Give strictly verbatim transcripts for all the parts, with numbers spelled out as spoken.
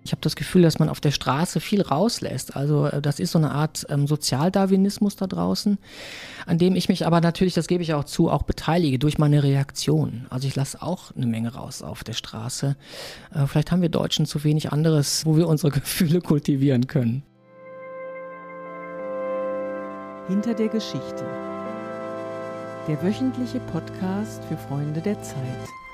Ich habe das Gefühl, dass man auf der Straße viel rauslässt. Also das ist so eine Art ähm, Sozialdarwinismus da draußen, an dem ich mich aber natürlich, das gebe ich auch zu, auch beteilige durch meine Reaktion. Also ich lasse auch eine Menge raus auf der Straße. Äh, vielleicht haben wir Deutschen zu wenig anderes, wo wir unsere Gefühle kultivieren können. Hinter der Geschichte. Der wöchentliche Podcast für Freunde der Zeit.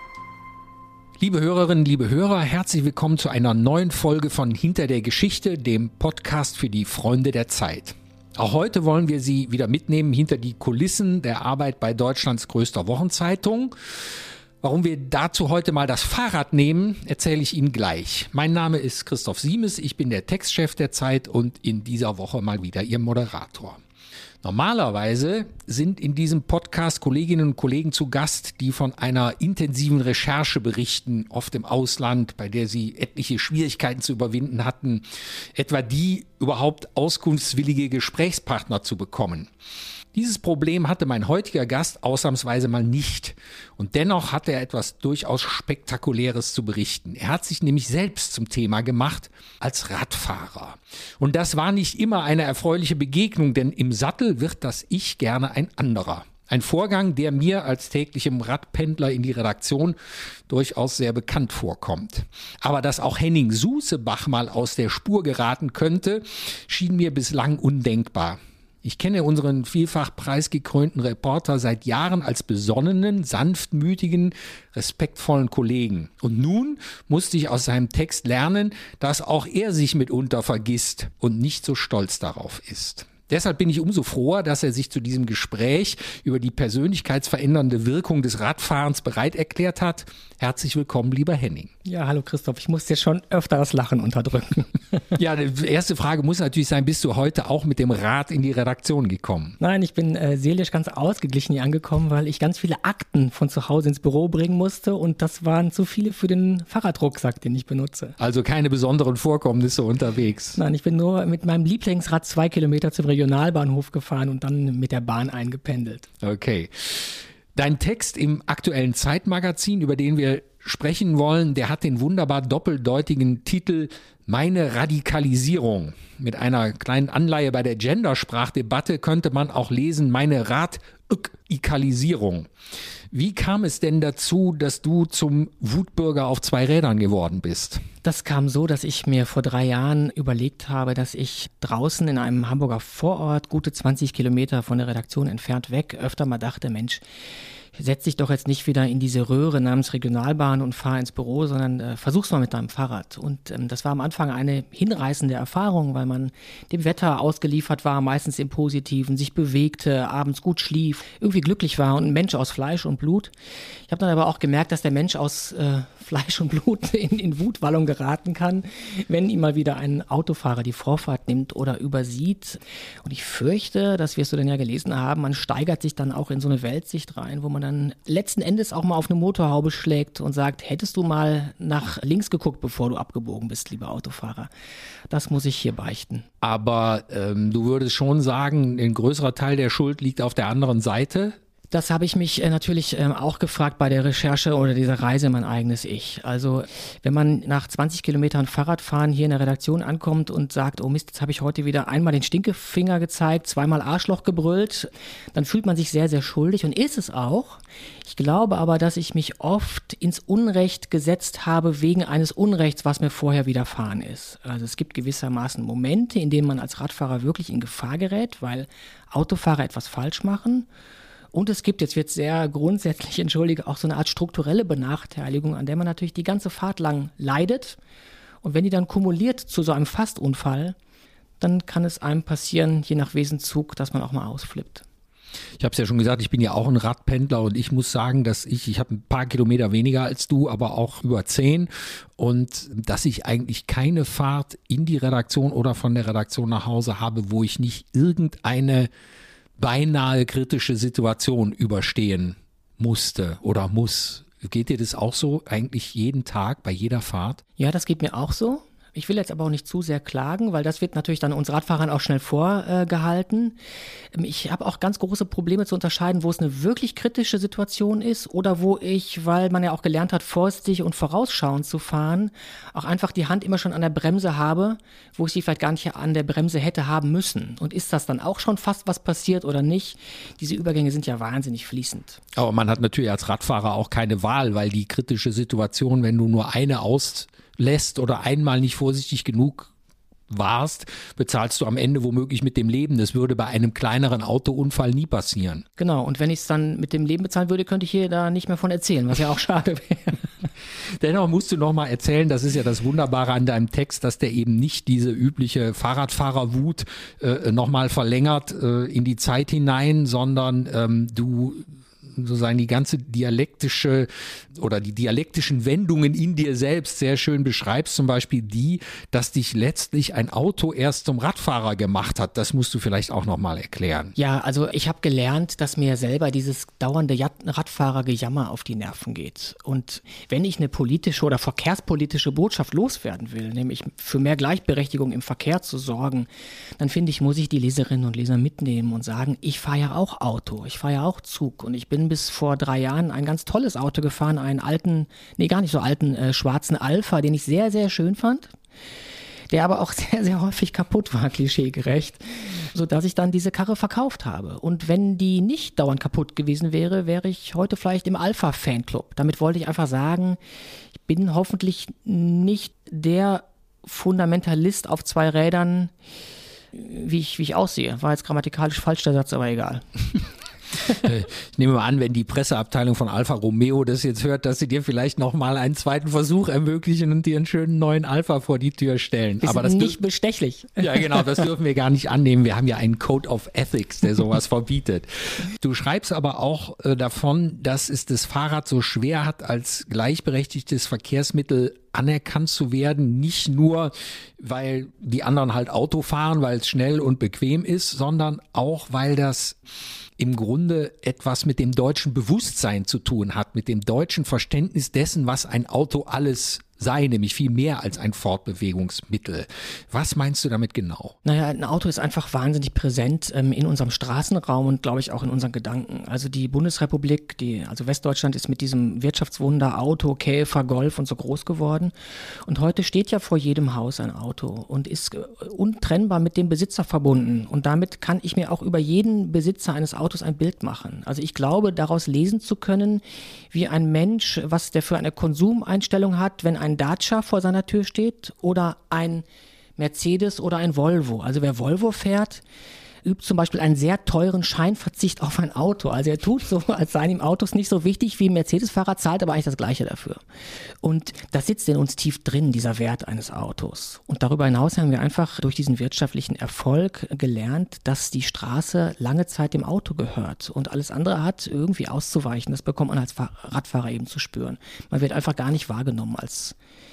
Liebe Hörerinnen, liebe Hörer, herzlich willkommen zu einer neuen Folge von Hinter der Geschichte, dem Podcast für die Freunde der Zeit. Auch heute wollen wir Sie wieder mitnehmen hinter die Kulissen der Arbeit bei Deutschlands größter Wochenzeitung. Warum wir dazu heute mal das Fahrrad nehmen, erzähle ich Ihnen gleich. Mein Name ist Christoph Siemes, ich bin der Textchef der Zeit und in dieser Woche mal wieder Ihr Moderator. Normalerweise sind in diesem Podcast Kolleginnen und Kollegen zu Gast, die von einer intensiven Recherche berichten, oft im Ausland, bei der sie etliche Schwierigkeiten zu überwinden hatten, etwa die, überhaupt auskunftswillige Gesprächspartner zu bekommen. Dieses Problem hatte mein heutiger Gast ausnahmsweise mal nicht. Und dennoch hat er etwas durchaus Spektakuläres zu berichten. Er hat sich nämlich selbst zum Thema gemacht als Radfahrer. Und das war nicht immer eine erfreuliche Begegnung, denn im Sattel wird das Ich gerne ein anderer. Ein Vorgang, der mir als täglichem Radpendler in die Redaktion durchaus sehr bekannt vorkommt. Aber dass auch Henning Susebach mal aus der Spur geraten könnte, schien mir bislang undenkbar. Ich kenne unseren vielfach preisgekrönten Reporter seit Jahren als besonnenen, sanftmütigen, respektvollen Kollegen. Und nun musste ich aus seinem Text lernen, dass auch er sich mitunter vergisst und nicht so stolz darauf ist. Deshalb bin ich umso froher, dass er sich zu diesem Gespräch über die persönlichkeitsverändernde Wirkung des Radfahrens bereit erklärt hat. Herzlich willkommen, lieber Henning. Ja, hallo Christoph, ich muss dir schon öfter das Lachen unterdrücken. Ja, die erste Frage muss natürlich sein, bist du heute auch mit dem Rad in die Redaktion gekommen? Nein, ich bin äh, seelisch ganz ausgeglichen hier angekommen, weil ich ganz viele Akten von zu Hause ins Büro bringen musste und das waren zu viele für den Fahrradrucksack, den ich benutze. Also keine besonderen Vorkommnisse unterwegs? Nein, ich bin nur mit meinem Lieblingsrad zwei Kilometer zum Regionalbahnhof gefahren und dann mit der Bahn eingependelt. Okay. Dein Text im aktuellen Zeitmagazin, über den wir sprechen wollen, der hat den wunderbar doppeldeutigen Titel Meine Radikalisierung. Mit einer kleinen Anleihe bei der Gendersprachdebatte könnte man auch lesen, meine Radikalisierung. Wie kam es denn dazu, dass du zum Wutbürger auf zwei Rädern geworden bist? Das kam so, dass ich mir vor drei Jahren überlegt habe, dass ich draußen in einem Hamburger Vorort, gute zwanzig Kilometer von der Redaktion entfernt weg, öfter mal dachte, Mensch, setz dich doch jetzt nicht wieder in diese Röhre namens Regionalbahn und fahr ins Büro, sondern äh, versuch's mal mit deinem Fahrrad. Und ähm, das war am Anfang eine hinreißende Erfahrung, weil man dem Wetter ausgeliefert war, meistens im Positiven, sich bewegte, abends gut schlief, irgendwie glücklich war und ein Mensch aus Fleisch und Blut. Ich habe dann aber auch gemerkt, dass der Mensch aus äh, Fleisch und Blut in, in Wutwallung geraten kann, wenn ihm mal wieder ein Autofahrer die Vorfahrt nimmt oder übersieht. Und ich fürchte, das wirst du dann ja gelesen haben, man steigert sich dann auch in so eine Weltsicht rein, wo man dann dann letzten Endes auch mal auf eine Motorhaube schlägt und sagt, hättest du mal nach links geguckt, bevor du abgebogen bist, lieber Autofahrer. Das muss ich hier beichten. Aber ähm, du würdest schon sagen, ein größerer Teil der Schuld liegt auf der anderen Seite? Das habe ich mich äh, natürlich ähm, auch gefragt bei der Recherche oder dieser Reise mein eigenes Ich. Also wenn man nach zwanzig Kilometern Fahrradfahren hier in der Redaktion ankommt und sagt, oh Mist, jetzt habe ich heute wieder einmal den Stinkefinger gezeigt, zweimal Arschloch gebrüllt, dann fühlt man sich sehr, sehr schuldig und ist es auch. Ich glaube aber, dass ich mich oft ins Unrecht gesetzt habe wegen eines Unrechts, was mir vorher widerfahren ist. Also es gibt gewissermaßen Momente, in denen man als Radfahrer wirklich in Gefahr gerät, weil Autofahrer etwas falsch machen. Und es gibt, jetzt wird sehr grundsätzlich, entschuldige, auch so eine Art strukturelle Benachteiligung, an der man natürlich die ganze Fahrt lang leidet. Und wenn die dann kumuliert zu so einem Fastunfall, dann kann es einem passieren, je nach Wesenszug, dass man auch mal ausflippt. Ich habe es ja schon gesagt, ich bin ja auch ein Radpendler und ich muss sagen, dass ich, ich habe ein paar Kilometer weniger als du, aber auch über zehn und dass ich eigentlich keine Fahrt in die Redaktion oder von der Redaktion nach Hause habe, wo ich nicht irgendeine beinahe kritische Situation überstehen musste oder muss. Geht dir das auch so eigentlich jeden Tag bei jeder Fahrt? Ja, das geht mir auch so. Ich will jetzt aber auch nicht zu sehr klagen, weil das wird natürlich dann uns Radfahrern auch schnell vorgehalten. Äh, ich habe auch ganz große Probleme zu unterscheiden, wo es eine wirklich kritische Situation ist oder wo ich, weil man ja auch gelernt hat, vorsichtig und vorausschauend zu fahren, auch einfach die Hand immer schon an der Bremse habe, wo ich sie vielleicht gar nicht an der Bremse hätte haben müssen. Und ist das dann auch schon fast was passiert oder nicht? Diese Übergänge sind ja wahnsinnig fließend. Aber man hat natürlich als Radfahrer auch keine Wahl, weil die kritische Situation, wenn du nur eine auslässt oder einmal nicht vorsichtig genug warst, bezahlst du am Ende womöglich mit dem Leben. Das würde bei einem kleineren Autounfall nie passieren. Genau, und wenn ich es dann mit dem Leben bezahlen würde, könnte ich hier da nicht mehr von erzählen, was ja auch schade wäre. Dennoch musst du noch mal erzählen, das ist ja das Wunderbare an deinem Text, dass der eben nicht diese übliche Fahrradfahrerwut äh, noch mal verlängert äh, in die Zeit hinein, sondern ähm, du sozusagen die ganze dialektische oder die dialektischen Wendungen in dir selbst sehr schön beschreibst, zum Beispiel die, dass dich letztlich ein Auto erst zum Radfahrer gemacht hat. Das musst du vielleicht auch nochmal erklären. Ja, also ich habe gelernt, dass mir selber dieses dauernde Radfahrergejammer auf die Nerven geht. Und wenn ich eine politische oder verkehrspolitische Botschaft loswerden will, nämlich für mehr Gleichberechtigung im Verkehr zu sorgen, dann finde ich, muss ich die Leserinnen und Leser mitnehmen und sagen, ich fahre ja auch Auto, ich fahre ja auch Zug und ich bin bis vor drei Jahren ein ganz tolles Auto gefahren, einen alten, nee gar nicht so alten, äh, schwarzen Alpha, den ich sehr, sehr schön fand, der aber auch sehr, sehr häufig kaputt war, klischeegerecht, sodass ich dann diese Karre verkauft habe. Und wenn die nicht dauernd kaputt gewesen wäre, wäre ich heute vielleicht im Alpha-Fanclub. Damit wollte ich einfach sagen, ich bin hoffentlich nicht der Fundamentalist auf zwei Rädern, wie ich, wie ich aussehe. War jetzt grammatikalisch falsch, der Satz, aber egal. Ich nehme mal an, wenn die Presseabteilung von Alfa Romeo das jetzt hört, dass sie dir vielleicht nochmal einen zweiten Versuch ermöglichen und dir einen schönen neuen Alpha vor die Tür stellen. Wir Aber sind das nicht bestechlich. Ja, genau, das dürfen wir gar nicht annehmen. Wir haben ja einen Code of Ethics, der sowas verbietet. Du schreibst aber auch äh, davon, dass es das Fahrrad so schwer hat, als gleichberechtigtes Verkehrsmittel anerkannt zu werden, nicht nur, weil die anderen halt Auto fahren, weil es schnell und bequem ist, sondern auch, weil das im Grunde etwas mit dem deutschen Bewusstsein zu tun hat, mit dem deutschen Verständnis dessen, was ein Auto alles sei, nämlich viel mehr als ein Fortbewegungsmittel. Was meinst du damit genau? Naja, ein Auto ist einfach wahnsinnig präsent ähm, in unserem Straßenraum und glaube ich auch in unseren Gedanken. Also die Bundesrepublik, die, also Westdeutschland ist mit diesem Wirtschaftswunder Auto, Käfer, Golf und so groß geworden. Und heute steht ja vor jedem Haus ein Auto und ist untrennbar mit dem Besitzer verbunden. Und damit kann ich mir auch über jeden Besitzer eines Autos ein Bild machen. Also ich glaube, daraus lesen zu können, wie ein Mensch, was der für eine Konsumeinstellung hat, wenn ein ein Dacia vor seiner Tür steht oder ein Mercedes oder ein Volvo. Also wer Volvo fährt, übt zum Beispiel einen sehr teuren Scheinverzicht auf ein Auto. Also er tut so, als seien ihm Autos nicht so wichtig wie ein Mercedes-Fahrer, zahlt aber eigentlich das Gleiche dafür. Und das sitzt in uns tief drin, dieser Wert eines Autos. Und darüber hinaus haben wir einfach durch diesen wirtschaftlichen Erfolg gelernt, dass die Straße lange Zeit dem Auto gehört und alles andere hat irgendwie auszuweichen. Das bekommt man als Radfahrer eben zu spüren. Man wird einfach gar nicht wahrgenommen als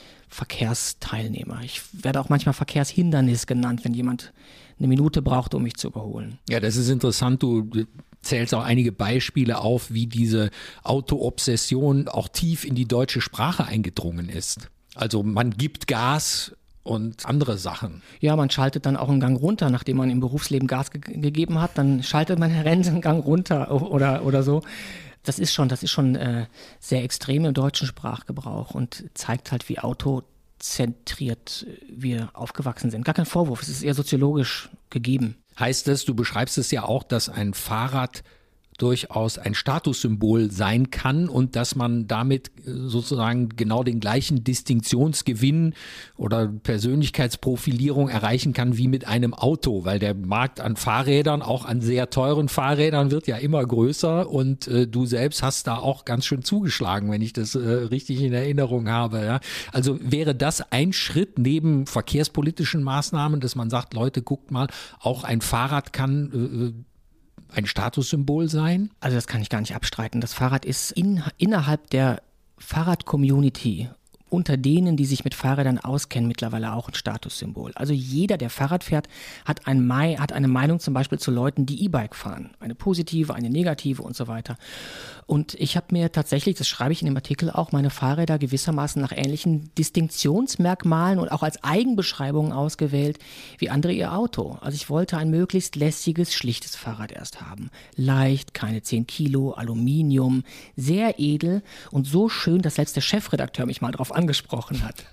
Verkehrsteilnehmer. Ich werde auch manchmal Verkehrshindernis genannt, wenn jemand eine Minute braucht, um mich zu überholen. Ja, das ist interessant. Du zählst auch einige Beispiele auf, wie diese Autoobsession auch tief in die deutsche Sprache eingedrungen ist. Also man gibt Gas und andere Sachen. Ja, man schaltet dann auch einen Gang runter, nachdem man im Berufsleben Gas ge- gegeben hat, dann schaltet man einen Gang runter oder, oder so. Das ist schon, das ist schon äh, sehr extrem im deutschen Sprachgebrauch und zeigt halt, wie autozentriert wir aufgewachsen sind. Gar kein Vorwurf, es ist eher soziologisch gegeben. Heißt das, du beschreibst es ja auch, dass ein Fahrrad durchaus ein Statussymbol sein kann und dass man damit sozusagen genau den gleichen Distinktionsgewinn oder Persönlichkeitsprofilierung erreichen kann wie mit einem Auto, weil der Markt an Fahrrädern, auch an sehr teuren Fahrrädern, wird ja immer größer und äh, du selbst hast da auch ganz schön zugeschlagen, wenn ich das äh, richtig in Erinnerung habe. Ja? Also wäre das ein Schritt neben verkehrspolitischen Maßnahmen, dass man sagt, Leute, guckt mal, auch ein Fahrrad kann äh, ein Statussymbol sein? Also das kann ich gar nicht abstreiten. Das Fahrrad ist in, innerhalb der Fahrrad-Community unter denen, die sich mit Fahrrädern auskennen, mittlerweile auch ein Statussymbol. Also jeder, der Fahrrad fährt, hat, ein Mai, hat eine Meinung zum Beispiel zu Leuten, die E-Bike fahren. Eine positive, eine negative und so weiter. Und ich habe mir tatsächlich, das schreibe ich in dem Artikel auch, meine Fahrräder gewissermaßen nach ähnlichen Distinktionsmerkmalen und auch als Eigenbeschreibungen ausgewählt wie andere ihr Auto. Also ich wollte ein möglichst lässiges, schlichtes Fahrrad erst haben. Leicht, keine zehn Kilo, Aluminium, sehr edel und so schön, dass selbst der Chefredakteur mich mal drauf angesprochen hat.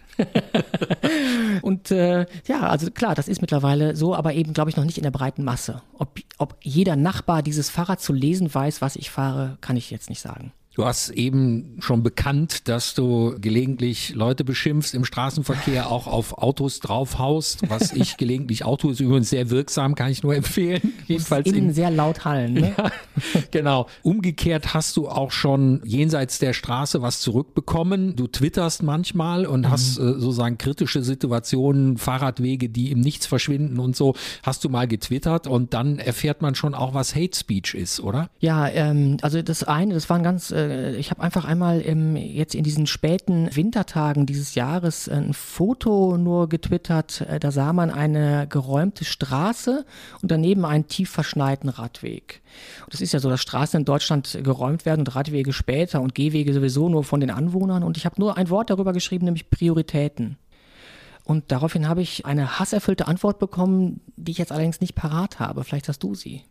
Und äh, ja, also klar, das ist mittlerweile so, aber eben, glaube ich, noch nicht in der breiten Masse. Ob, ob jeder Nachbar dieses Fahrrad zu lesen weiß, was ich fahre, kann ich jetzt nicht sagen. Du hast eben schon bekannt, dass du gelegentlich Leute beschimpfst im Straßenverkehr, auch auf Autos draufhaust, was ich gelegentlich auch tue, ist übrigens sehr wirksam, kann ich nur empfehlen. Jedenfalls innen in, sehr laut hallen. Ne? Ja, genau. Umgekehrt hast du auch schon jenseits der Straße was zurückbekommen. Du twitterst manchmal und mhm. hast äh, sozusagen kritische Situationen, Fahrradwege, die im Nichts verschwinden und so, hast du mal getwittert und dann erfährt man schon auch, was Hate Speech ist, oder? Ja, ähm, also das eine, das war ein ganz äh, ich habe einfach einmal im, jetzt in diesen späten Wintertagen dieses Jahres ein Foto nur getwittert. Da sah man eine geräumte Straße und daneben einen tief verschneiten Radweg. Und das ist ja so, dass Straßen in Deutschland geräumt werden und Radwege später und Gehwege sowieso nur von den Anwohnern. Und ich habe nur ein Wort darüber geschrieben, nämlich Prioritäten. Und daraufhin habe ich eine hasserfüllte Antwort bekommen, die ich jetzt allerdings nicht parat habe. Vielleicht hast du sie.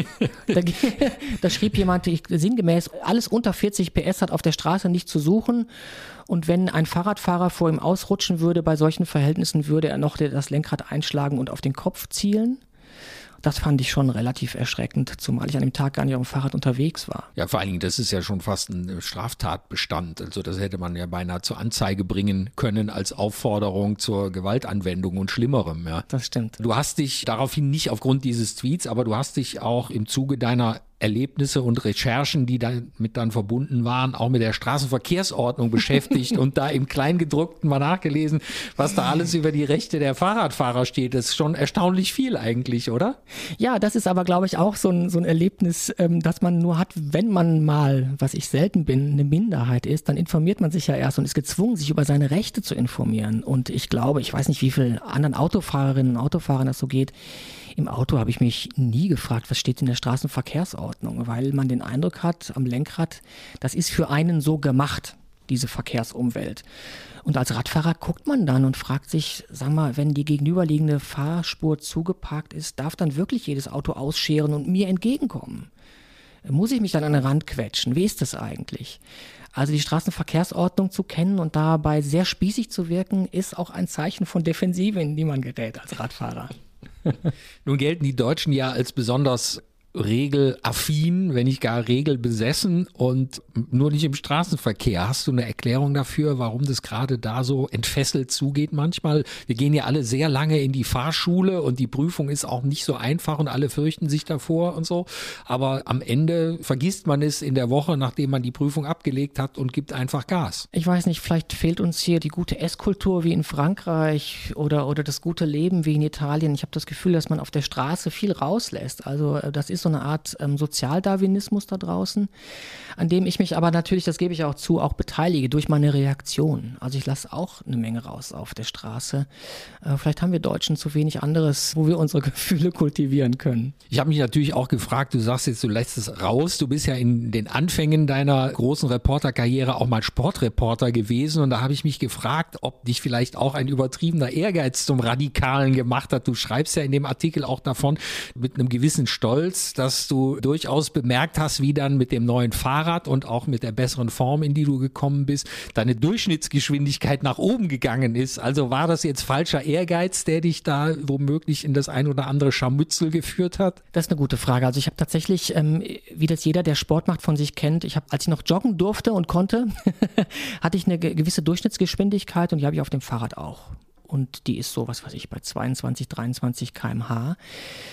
da, da schrieb jemand ich, sinngemäß, alles unter vierzig P S hat auf der Straße nicht zu suchen. Und wenn ein Fahrradfahrer vor ihm ausrutschen würde, bei solchen Verhältnissen würde er noch das Lenkrad einschlagen und auf den Kopf zielen. Das fand ich schon relativ erschreckend, zumal ich an dem Tag gar nicht auf dem Fahrrad unterwegs war. Ja, vor allen Dingen, das ist ja schon fast ein Straftatbestand. Also das hätte man ja beinahe zur Anzeige bringen können als Aufforderung zur Gewaltanwendung und Schlimmerem. Ja. Das stimmt. Du hast dich daraufhin nicht aufgrund dieses Tweets, aber du hast dich auch im Zuge deiner Erlebnisse und Recherchen, die damit dann verbunden waren, auch mit der Straßenverkehrsordnung beschäftigt und da im Kleingedruckten mal nachgelesen, was da alles über die Rechte der Fahrradfahrer steht. Das ist schon erstaunlich viel eigentlich, oder? Ja, das ist aber, glaube ich, auch so ein, so ein Erlebnis, ähm, das man nur hat, wenn man mal, was ich selten bin, eine Minderheit ist, dann informiert man sich ja erst und ist gezwungen, sich über seine Rechte zu informieren. Und ich glaube, ich weiß nicht, wie vielen anderen Autofahrerinnen und Autofahrern das so geht. Im Auto habe ich mich nie gefragt, was steht in der Straßenverkehrsordnung, weil man den Eindruck hat, am Lenkrad, das ist für einen so gemacht, diese Verkehrsumwelt. Und als Radfahrer guckt man dann und fragt sich, sag mal, wenn die gegenüberliegende Fahrspur zugeparkt ist, darf dann wirklich jedes Auto ausscheren und mir entgegenkommen? Muss ich mich dann an den Rand quetschen? Wie ist das eigentlich? Also die Straßenverkehrsordnung zu kennen und dabei sehr spießig zu wirken, ist auch ein Zeichen von Defensive, in die man gerät als Radfahrer. Nun gelten die Deutschen ja als besonders regelaffin, wenn nicht gar regelbesessen und nur nicht im Straßenverkehr. Hast du eine Erklärung dafür, warum das gerade da so entfesselt zugeht manchmal? Wir gehen ja alle sehr lange in die Fahrschule und die Prüfung ist auch nicht so einfach und alle fürchten sich davor und so. Aber am Ende vergisst man es in der Woche, nachdem man die Prüfung abgelegt hat und gibt einfach Gas. Ich weiß nicht, vielleicht fehlt uns hier die gute Esskultur wie in Frankreich oder, oder das gute Leben wie in Italien. Ich habe das Gefühl, dass man auf der Straße viel rauslässt. Also das ist so eine Art ähm, Sozialdarwinismus da draußen, an dem ich mich aber natürlich, das gebe ich auch zu, auch beteilige durch meine Reaktion. Also ich lasse auch eine Menge raus auf der Straße. Äh, vielleicht haben wir Deutschen zu wenig anderes, wo wir unsere Gefühle kultivieren können. Ich habe mich natürlich auch gefragt, du sagst jetzt, du lässt es raus. Du bist ja in den Anfängen deiner großen Reporterkarriere auch mal Sportreporter gewesen und da habe ich mich gefragt, ob dich vielleicht auch ein übertriebener Ehrgeiz zum Radikalen gemacht hat. Du schreibst ja in dem Artikel auch davon mit einem gewissen Stolz, dass du durchaus bemerkt hast, wie dann mit dem neuen Fahrrad und auch mit der besseren Form, in die du gekommen bist, deine Durchschnittsgeschwindigkeit nach oben gegangen ist. Also war das jetzt falscher Ehrgeiz, der dich da womöglich in das ein oder andere Scharmützel geführt hat? Das ist eine gute Frage. Also ich habe tatsächlich, ähm, wie das jeder, der Sport macht, von sich kennt, ich habe, als ich noch joggen durfte und konnte, hatte ich eine gewisse Durchschnittsgeschwindigkeit und die habe ich auf dem Fahrrad auch. Und die ist so, was weiß ich, bei zweiundzwanzig, dreiundzwanzig Kilometer pro Stunde.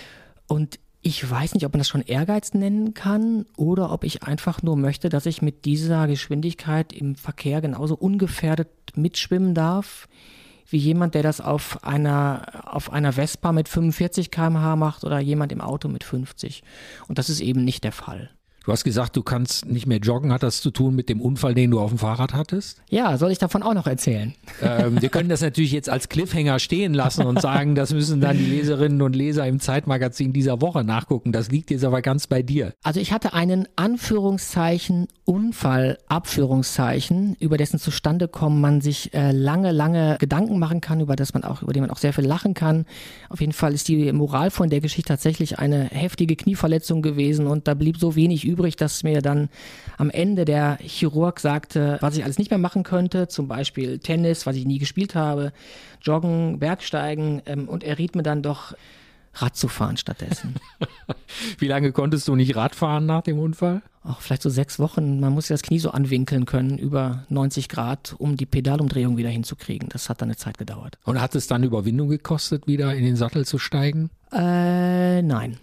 Und ich weiß nicht, ob man das schon Ehrgeiz nennen kann oder ob ich einfach nur möchte, dass ich mit dieser Geschwindigkeit im Verkehr genauso ungefährdet mitschwimmen darf, wie jemand, der das auf einer, auf einer Vespa mit fünfundvierzig Kilometer pro Stunde macht oder jemand im Auto mit fünfzig. Und das ist eben nicht der Fall. Du hast gesagt, du kannst nicht mehr joggen. Hat das zu tun mit dem Unfall, den du auf dem Fahrrad hattest? Ja, soll ich davon auch noch erzählen? Ähm, wir können das natürlich jetzt als Cliffhanger stehen lassen und sagen, das müssen dann die Leserinnen und Leser im Zeitmagazin dieser Woche nachgucken. Das liegt jetzt aber ganz bei dir. Also ich hatte einen Anführungszeichen Unfall, Abführungszeichen, über dessen Zustandekommen man sich äh, lange, lange Gedanken machen kann, über das man auch, über den man auch sehr viel lachen kann. Auf jeden Fall ist die Moral von der Geschichte tatsächlich eine heftige Knieverletzung gewesen und da blieb so wenig übrig, dass mir dann am Ende der Chirurg sagte, was ich alles nicht mehr machen könnte, zum Beispiel Tennis, was ich nie gespielt habe, Joggen, Bergsteigen ähm, und er riet mir dann doch Rad zu fahren stattdessen. Wie lange konntest du nicht Rad fahren nach dem Unfall? Auch vielleicht so sechs Wochen. Man muss ja das Knie so anwinkeln können, über neunzig Grad, um die Pedalumdrehung wieder hinzukriegen. Das hat dann eine Zeit gedauert. Und hat es dann Überwindung gekostet, wieder in den Sattel zu steigen? Äh, nein.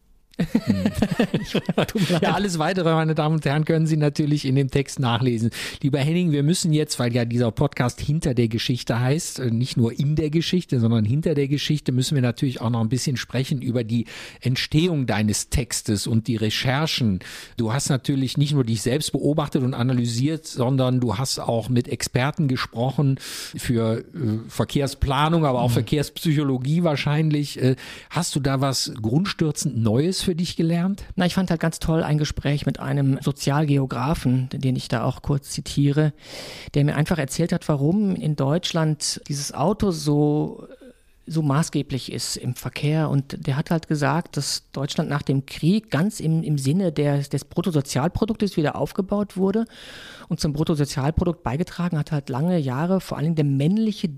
Ja, alles weitere, meine Damen und Herren, können Sie natürlich in dem Text nachlesen. Lieber Henning, wir müssen jetzt, weil ja dieser Podcast hinter der Geschichte heißt, nicht nur in der Geschichte, sondern hinter der Geschichte, müssen wir natürlich auch noch ein bisschen sprechen über die Entstehung deines Textes und die Recherchen. Du hast natürlich nicht nur dich selbst beobachtet und analysiert, sondern du hast auch mit Experten gesprochen für äh, Verkehrsplanung, aber auch mhm. Verkehrspsychologie wahrscheinlich. Äh, hast du da was grundstürzend Neues für dich gelernt? Na, ich fand halt ganz toll ein Gespräch mit einem Sozialgeografen, den ich da auch kurz zitiere, der mir einfach erzählt hat, warum in Deutschland dieses Auto so so maßgeblich ist im Verkehr. Und der hat halt gesagt, dass Deutschland nach dem Krieg ganz im, im Sinne des, des Bruttosozialproduktes wieder aufgebaut wurde. Und zum Bruttosozialprodukt beigetragen hat halt lange Jahre vor allem der männliche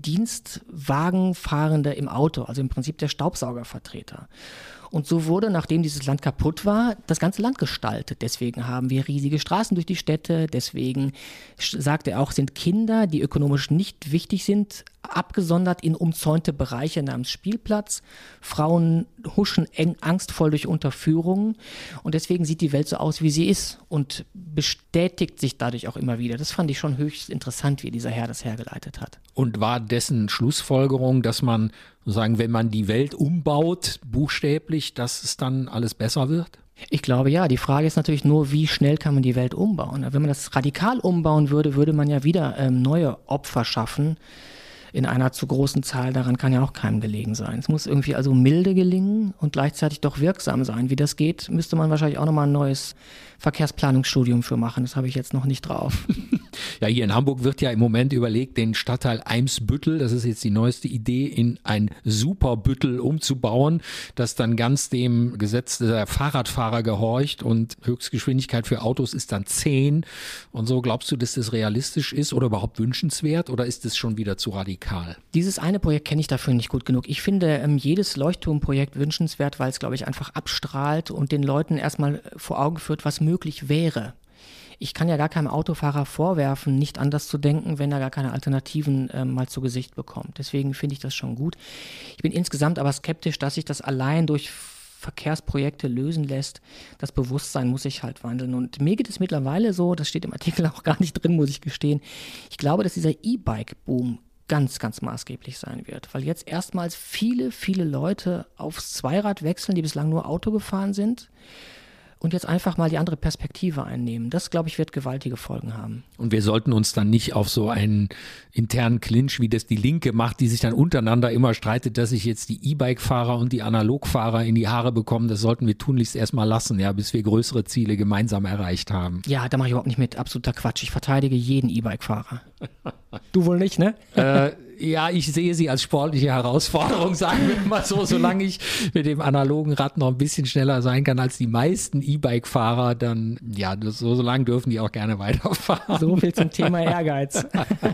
Dienstwagenfahrende im Auto, also im Prinzip der Staubsaugervertreter. Und so wurde, nachdem dieses Land kaputt war, das ganze Land gestaltet. Deswegen haben wir riesige Straßen durch die Städte. Deswegen, sagt er auch, sind Kinder, die ökonomisch nicht wichtig sind, abgesondert in umzäunte Bereiche namens Spielplatz. Frauen huschen eng, angstvoll durch Unterführungen. Und deswegen sieht die Welt so aus, wie sie ist und bestätigt sich dadurch auch immer wieder. Das fand ich schon höchst interessant, wie dieser Herr das hergeleitet hat. Und war dessen Schlussfolgerung, dass man sozusagen, wenn man die Welt umbaut, buchstäblich, dass es dann alles besser wird? Ich glaube ja. Die Frage ist natürlich nur, wie schnell kann man die Welt umbauen? Wenn man das radikal umbauen würde, würde man ja wieder ähm, neue Opfer schaffen in einer zu großen Zahl. Daran kann ja auch keinem gelegen sein. Es muss irgendwie also milde gelingen und gleichzeitig doch wirksam sein. Wie das geht, müsste man wahrscheinlich auch nochmal ein neues Verkehrsplanungsstudium für machen. Das habe ich jetzt noch nicht drauf. Ja, hier in Hamburg wird ja im Moment überlegt, den Stadtteil Eimsbüttel, das ist jetzt die neueste Idee, in ein Superbüttel umzubauen, das dann ganz dem Gesetz der Fahrradfahrer gehorcht und Höchstgeschwindigkeit für Autos ist dann zehn. Und so, glaubst du, dass das realistisch ist oder überhaupt wünschenswert oder ist es schon wieder zu radikal? Dieses eine Projekt kenne ich dafür nicht gut genug. Ich finde ähm, jedes Leuchtturmprojekt wünschenswert, weil es, glaube ich, einfach abstrahlt und den Leuten erstmal vor Augen führt, was möglich wäre. Ich kann ja gar keinem Autofahrer vorwerfen, nicht anders zu denken, wenn er gar keine Alternativen äh, mal zu Gesicht bekommt. Deswegen finde ich das schon gut. Ich bin insgesamt aber skeptisch, dass sich das allein durch Verkehrsprojekte lösen lässt. Das Bewusstsein muss sich halt wandeln. Und mir geht es mittlerweile so, das steht im Artikel auch gar nicht drin, muss ich gestehen. Ich glaube, dass dieser E-Bike-Boom ganz, ganz maßgeblich sein wird, weil jetzt erstmals viele, viele Leute aufs Zweirad wechseln, die bislang nur Auto gefahren sind. Und jetzt einfach mal die andere Perspektive einnehmen. Das, glaube ich, wird gewaltige Folgen haben. Und wir sollten uns dann nicht auf so einen internen Clinch, wie das die Linke macht, die sich dann untereinander immer streitet, dass sich jetzt die E-Bike-Fahrer und die Analogfahrer in die Haare bekommen. Das sollten wir tunlichst erstmal lassen, ja, bis wir größere Ziele gemeinsam erreicht haben. Ja, da mache ich überhaupt nicht mit. Absoluter Quatsch. Ich verteidige jeden E-Bike-Fahrer. Du wohl nicht, ne? Äh, ja, ich sehe sie als sportliche Herausforderung, sagen wir mal so, solange ich mit dem analogen Rad noch ein bisschen schneller sein kann als die meisten E-Bike-Fahrer, dann, ja, das, so, so lange dürfen die auch gerne weiterfahren. So viel zum Thema Ehrgeiz.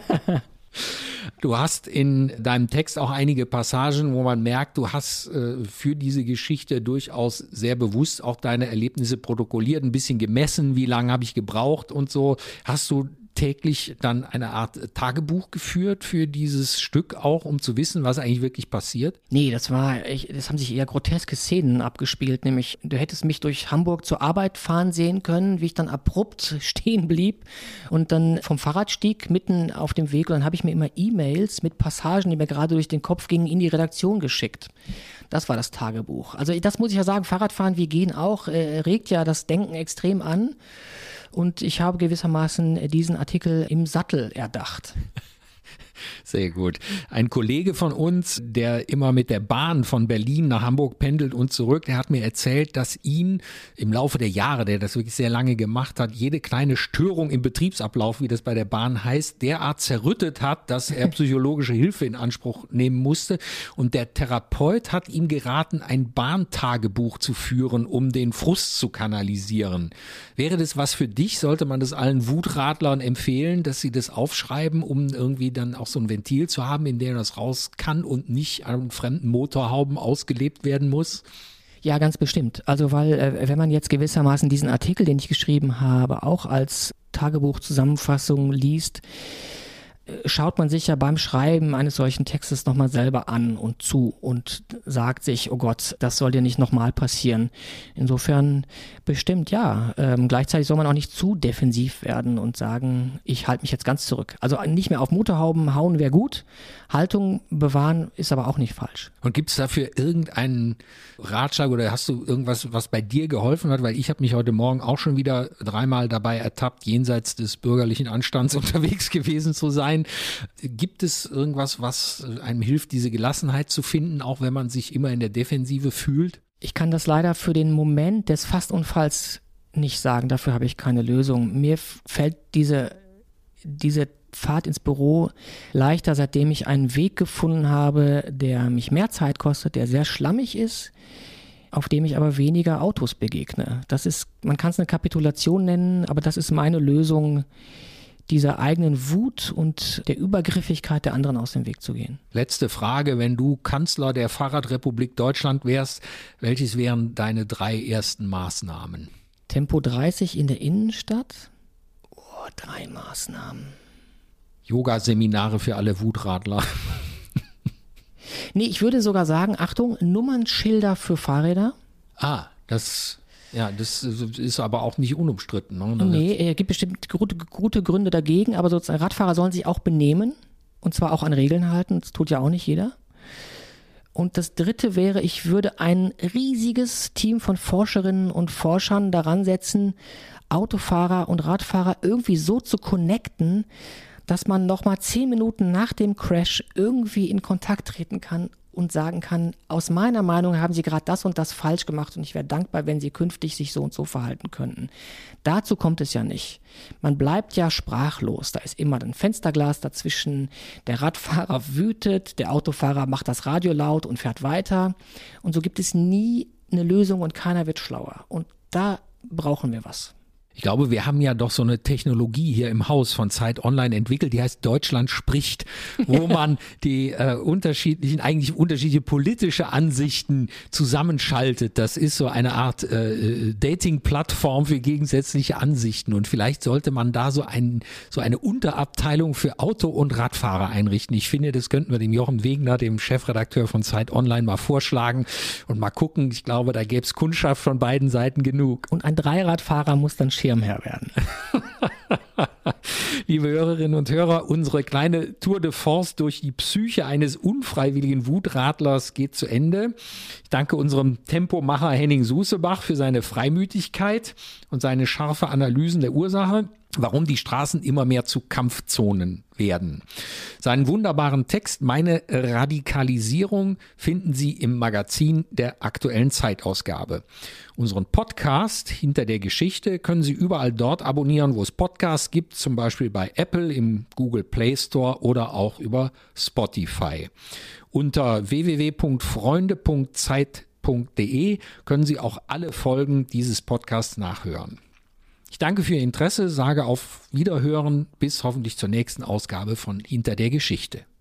Du hast in deinem Text auch einige Passagen, wo man merkt, du hast äh, für diese Geschichte durchaus sehr bewusst auch deine Erlebnisse protokolliert, ein bisschen gemessen, wie lange habe ich gebraucht und so. Hast du täglich dann eine Art Tagebuch geführt für dieses Stück auch, um zu wissen, was eigentlich wirklich passiert? Nee, das war, ich, das haben sich eher groteske Szenen abgespielt, nämlich du hättest mich durch Hamburg zur Arbeit fahren sehen können, wie ich dann abrupt stehen blieb und dann vom Fahrrad stieg mitten auf dem Weg und dann habe ich mir immer E-Mails mit Passagen, die mir gerade durch den Kopf gingen, in die Redaktion geschickt. Das war das Tagebuch. Also das muss ich ja sagen, Fahrradfahren, wir gehen auch, äh, regt ja das Denken extrem an. Und ich habe gewissermaßen diesen Artikel im Sattel erdacht. Sehr gut. Ein Kollege von uns, der immer mit der Bahn von Berlin nach Hamburg pendelt und zurück, der hat mir erzählt, dass ihn im Laufe der Jahre, der das wirklich sehr lange gemacht hat, jede kleine Störung im Betriebsablauf, wie das bei der Bahn heißt, derart zerrüttet hat, dass er psychologische Hilfe in Anspruch nehmen musste. Und der Therapeut hat ihm geraten, ein Bahntagebuch zu führen, um den Frust zu kanalisieren. Wäre das was für dich? Sollte man das allen Wutradlern empfehlen, dass sie das aufschreiben, um irgendwie dann auch so ein Ventil zu haben, in dem das raus kann und nicht an fremden Motorhauben ausgelebt werden muss? Ja, ganz bestimmt. Also weil, äh, wenn man jetzt gewissermaßen diesen Artikel, den ich geschrieben habe, auch als Tagebuchzusammenfassung liest, schaut man sich ja beim Schreiben eines solchen Textes nochmal selber an und zu und sagt sich, oh Gott, das soll dir nicht nochmal passieren. Insofern bestimmt ja. Ähm, gleichzeitig soll man auch nicht zu defensiv werden und sagen, ich halte mich jetzt ganz zurück. Also nicht mehr auf Motorhauben hauen wäre gut, Haltung bewahren ist aber auch nicht falsch. Und gibt es dafür irgendeinen Ratschlag oder hast du irgendwas, was bei dir geholfen hat? Weil ich habe mich heute Morgen auch schon wieder dreimal dabei ertappt, jenseits des bürgerlichen Anstands unterwegs gewesen zu sein. Gibt es irgendwas, was einem hilft, diese Gelassenheit zu finden, auch wenn man sich immer in der Defensive fühlt? Ich kann das leider für den Moment des Fastunfalls nicht sagen, dafür habe ich keine Lösung. Mir fällt diese, diese Fahrt ins Büro leichter, seitdem ich einen Weg gefunden habe, der mich mehr Zeit kostet, der sehr schlammig ist, auf dem ich aber weniger Autos begegne. Das ist, man kann es eine Kapitulation nennen, aber das ist meine Lösung, dieser eigenen Wut und der Übergriffigkeit der anderen aus dem Weg zu gehen. Letzte Frage, wenn du Kanzler der Fahrradrepublik Deutschland wärst, welches wären deine drei ersten Maßnahmen? Tempo dreißig in der Innenstadt? Oh, drei Maßnahmen. Yoga-Seminare für alle Wutradler. Nee, ich würde sogar sagen, Achtung, Nummernschilder für Fahrräder. Ah, das... Ja, das ist aber auch nicht unumstritten. Ne? Nee, es gibt bestimmt gute, gute Gründe dagegen, aber sozusagen Radfahrer sollen sich auch benehmen und zwar auch an Regeln halten, das tut ja auch nicht jeder. Und das dritte wäre, ich würde ein riesiges Team von Forscherinnen und Forschern daran setzen, Autofahrer und Radfahrer irgendwie so zu connecten, dass man nochmal zehn Minuten nach dem Crash irgendwie in Kontakt treten kann und sagen kann, aus meiner Meinung haben Sie gerade das und das falsch gemacht und ich wäre dankbar, wenn Sie künftig sich so und so verhalten könnten. Dazu kommt es ja nicht. Man bleibt ja sprachlos. Da ist immer ein Fensterglas dazwischen. Der Radfahrer wütet, der Autofahrer macht das Radio laut und fährt weiter. Und so gibt es nie eine Lösung und keiner wird schlauer. Und da brauchen wir was. Ich glaube, wir haben ja doch so eine Technologie hier im Haus von Zeit Online entwickelt, die heißt Deutschland spricht, wo man die äh, unterschiedlichen, eigentlich unterschiedliche politische Ansichten zusammenschaltet. Das ist so eine Art äh, Dating-Plattform für gegensätzliche Ansichten und vielleicht sollte man da so, ein, so eine Unterabteilung für Auto- und Radfahrer einrichten. Ich finde, das könnten wir dem Jochen Wegner, dem Chefredakteur von Zeit Online, mal vorschlagen und mal gucken. Ich glaube, da gäbe es Kundschaft von beiden Seiten genug. Und ein Dreiradfahrer muss dann Schirmherr werden. Liebe Hörerinnen und Hörer, unsere kleine Tour de Force durch die Psyche eines unfreiwilligen Wutradlers geht zu Ende. Ich danke unserem Tempomacher Henning Susebach für seine Freimütigkeit und seine scharfe Analysen der Ursache, warum die Straßen immer mehr zu Kampfzonen werden. Seinen wunderbaren Text Meine Radikalisierung finden Sie im Magazin der aktuellen Zeitausgabe. Unseren Podcast Hinter der Geschichte können Sie überall dort abonnieren, wo es Podcasts gibt, zum Beispiel bei Apple im Google Play Store oder auch über Spotify. Unter w w w punkt freunde punkt zeit punkt de können Sie auch alle Folgen dieses Podcasts nachhören. Ich danke für Ihr Interesse, sage auf Wiederhören bis hoffentlich zur nächsten Ausgabe von Hinter der Geschichte.